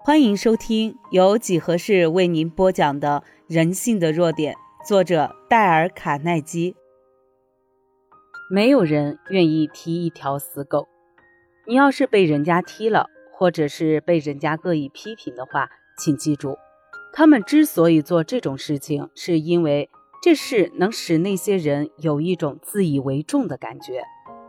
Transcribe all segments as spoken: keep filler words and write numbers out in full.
欢迎收听由几何式为您播讲的人性的弱点，作者戴尔·卡耐基。没有人愿意踢一条死狗，你要是被人家踢了，或者是被人家恶意批评的话，请记住，他们之所以做这种事情，是因为这事能使那些人有一种自以为重的感觉。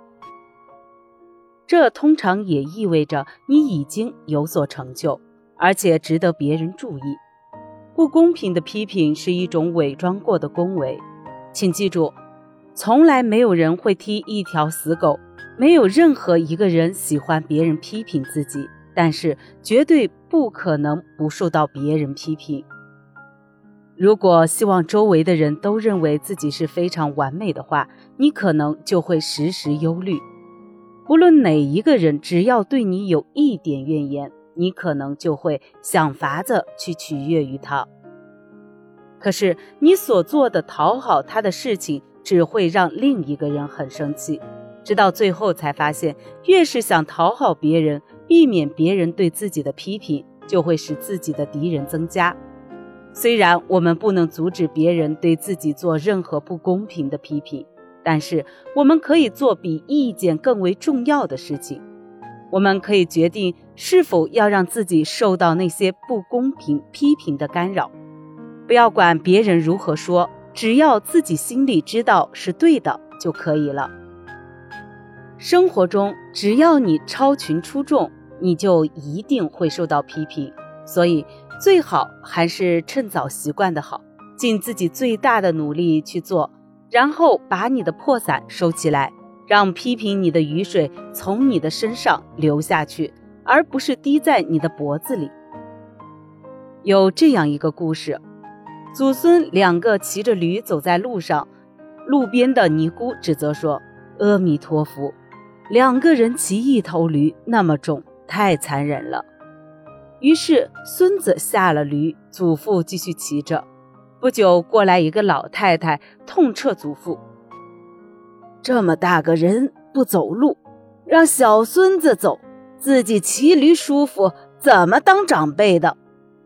这通常也意味着你已经有所成就，而且值得别人注意。不公平的批评是一种伪装过的恭维，请记住，从来没有人会踢一条死狗，没有任何一个人喜欢别人批评自己，但是绝对不可能不受到别人批评。如果希望周围的人都认为自己是非常完美的话，你可能就会时时忧虑。不论哪一个人，只要对你有一点怨言，你可能就会想法子去取悦于他。可是你所做的讨好他的事情，只会让另一个人很生气，直到最后才发现，越是想讨好别人，避免别人对自己的批评，就会使自己的敌人增加。虽然我们不能阻止别人对自己做任何不公平的批评，但是我们可以做比意见更为重要的事情。我们可以决定是否要让自己受到那些不公平批评的干扰。不要管别人如何说，只要自己心里知道是对的就可以了。生活中，只要你超群出众，你就一定会受到批评，所以最好还是趁早习惯的好，尽自己最大的努力去做，然后把你的破伞收起来，让批评你的雨水从你的身上流下去，而不是滴在你的脖子里。有这样一个故事，祖孙两个骑着驴走在路上，路边的尼姑指责说：阿弥陀佛，两个人骑一头驴那么重，太残忍了。于是孙子下了驴，祖父继续骑着。不久过来一个老太太，痛斥祖父：这么大个人不走路，让小孙子走，自己骑驴舒服，怎么当长辈的？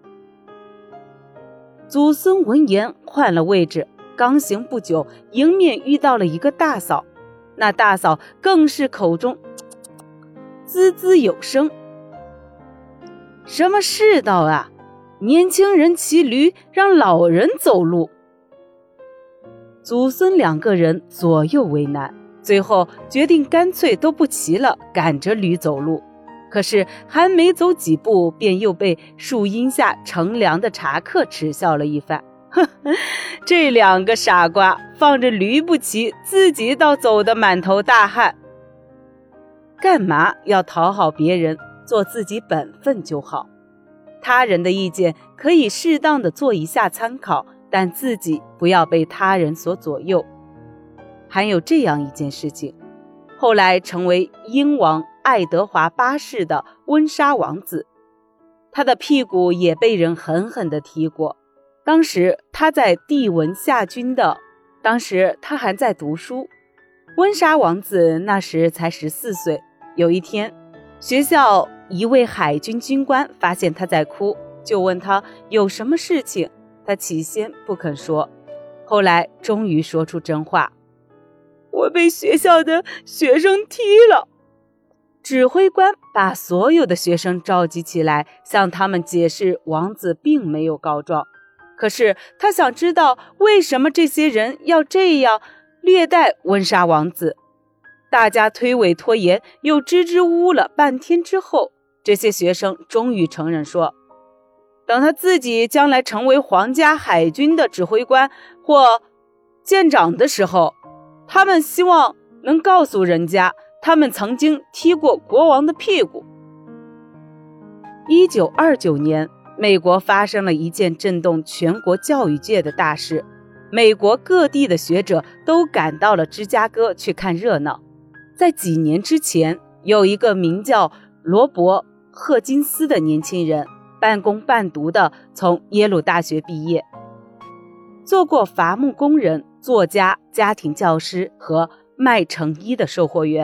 祖孙闻言换了位置，刚行不久，迎面遇到了一个大嫂，那大嫂更是口中滋滋有声：什么世道啊，年轻人骑驴，让老人走路。祖孙两个人左右为难，最后决定干脆都不骑了，赶着驴走路。可是还没走几步，便又被树荫下乘凉的茶客耻笑了一番。呵呵，这两个傻瓜放着驴不骑，自己倒走得满头大汗。干嘛要讨好别人，做自己本分就好。他人的意见可以适当的做一下参考，但自己不要被他人所左右。还有这样一件事情，后来成为英王爱德华八世的温莎王子，他的屁股也被人狠狠地踢过。当时他在帝文下军的，当时他还在读书。温莎王子那时才十四岁。有一天，学校一位海军军官发现他在哭，就问他有什么事情。他起先不肯说，后来终于说出真话：我被学校的学生踢了。指挥官把所有的学生召集起来，向他们解释王子并没有告状。可是他想知道为什么这些人要这样虐待温莎王子。大家推诿拖延，又支支吾吾了半天之后，这些学生终于承认说，等他自己将来成为皇家海军的指挥官或舰长的时候，他们希望能告诉人家，他们曾经踢过国王的屁股。一九二九年，美国发生了一件震动全国教育界的大事，美国各地的学者都赶到了芝加哥去看热闹。在几年之前，有一个名叫罗伯·赫金斯的年轻人，半工半读的从耶鲁大学毕业，做过伐木工人、作家、家庭教师和卖成衣的售货员。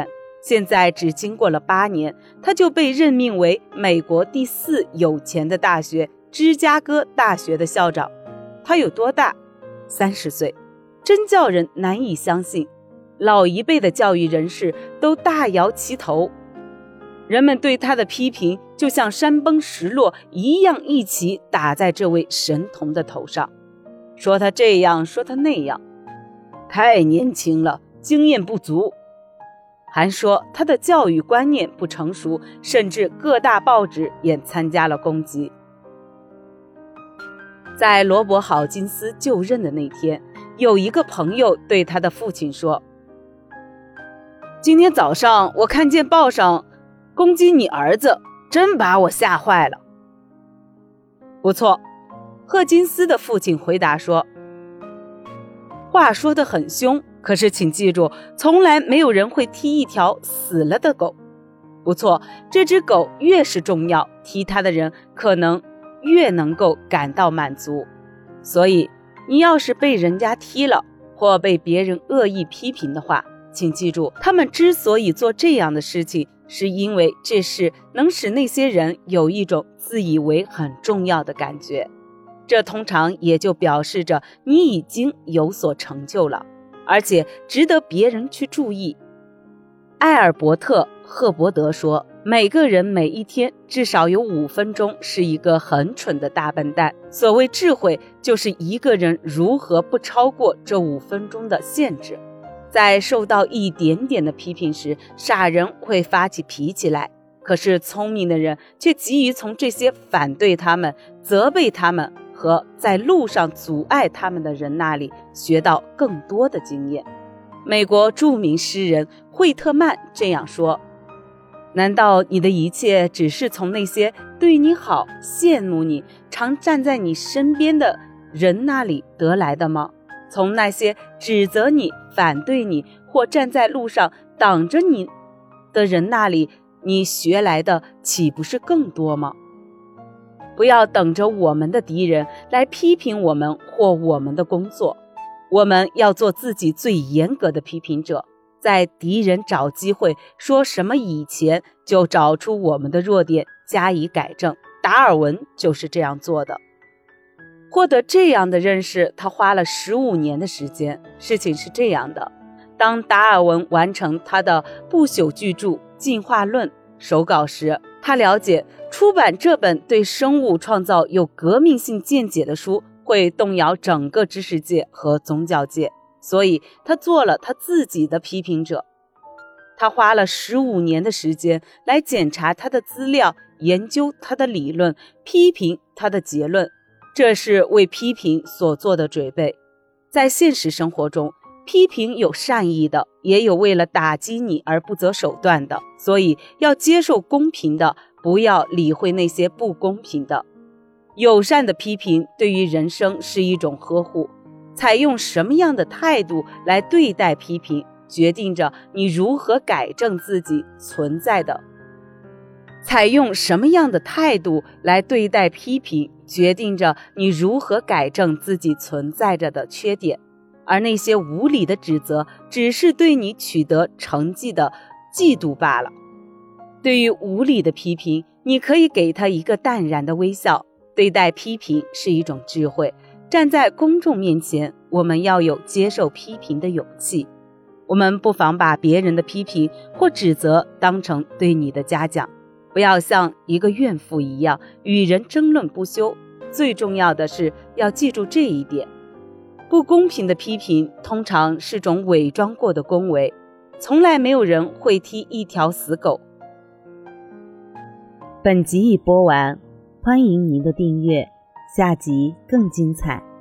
现在只经过了八年，他就被任命为美国第四有钱的大学芝加哥大学的校长。他有多大？三十岁，真叫人难以相信。老一辈的教育人士都大摇其头，人们对他的批评就像山崩石落一样，一起打在这位神童的头上，说他这样，说他那样，太年轻了，经验不足，还说他的教育观念不成熟，甚至各大报纸也参加了攻击。在罗伯·郝金斯就任的那天，有一个朋友对他的父亲说，今天早上我看见报上攻击你儿子，真把我吓坏了。不错，赫金斯的父亲回答说，话说得很凶，可是请记住，从来没有人会踢一条死了的狗。不错，这只狗越是重要，踢它的人可能越能够感到满足。所以你要是被人家踢了，或被别人恶意批评的话，请记住，他们之所以做这样的事情，是因为这事能使那些人有一种自以为很重要的感觉，这通常也就表示着你已经有所成就了，而且值得别人去注意。埃尔伯特·赫伯德说，每个人每一天至少有五分钟是一个很蠢的大笨蛋。所谓智慧，就是一个人如何不超过这五分钟的限制。在受到一点点的批评时，傻人会发起脾气来，可是聪明的人却急于从这些反对他们、责备他们和在路上阻碍他们的人那里学到更多的经验。美国著名诗人惠特曼这样说，难道你的一切只是从那些对你好、羡慕你、常站在你身边的人那里得来的吗？从那些指责你、反对你或站在路上挡着你的人那里你学来的岂不是更多吗？不要等着我们的敌人来批评我们或我们的工作，我们要做自己最严格的批评者，在敌人找机会说什么以前，就找出我们的弱点加以改正。达尔文就是这样做的。获得这样的认识，他花了十五年的时间。事情是这样的，当达尔文完成他的不朽巨著《进化论》手稿时，他了解出版这本对生物创造有革命性见解的书会动摇整个知识界和宗教界，所以他做了他自己的批评者。他花了十五年的时间来检查他的资料，研究他的理论，批评他的结论，这是为批评所做的准备。在现实生活中，批评有善意的，也有为了打击你而不择手段的，所以要接受公平的，不要理会那些不公平的。友善的批评对于人生是一种呵护，采用什么样的态度来对待批评，决定着你如何改正自己存在的。采用什么样的态度来对待批评，决定着你如何改正自己存在着的缺点。而那些无理的指责，只是对你取得成绩的嫉妒罢了。对于无理的批评，你可以给他一个淡然的微笑。对待批评是一种智慧，站在公众面前，我们要有接受批评的勇气。我们不妨把别人的批评或指责当成对你的嘉奖，不要像一个怨妇一样与人争论不休。最重要的是要记住这一点，不公平的批评通常是种伪装过的恭维，从来没有人会踢一条死狗。本集已播完，欢迎您的订阅，下集更精彩。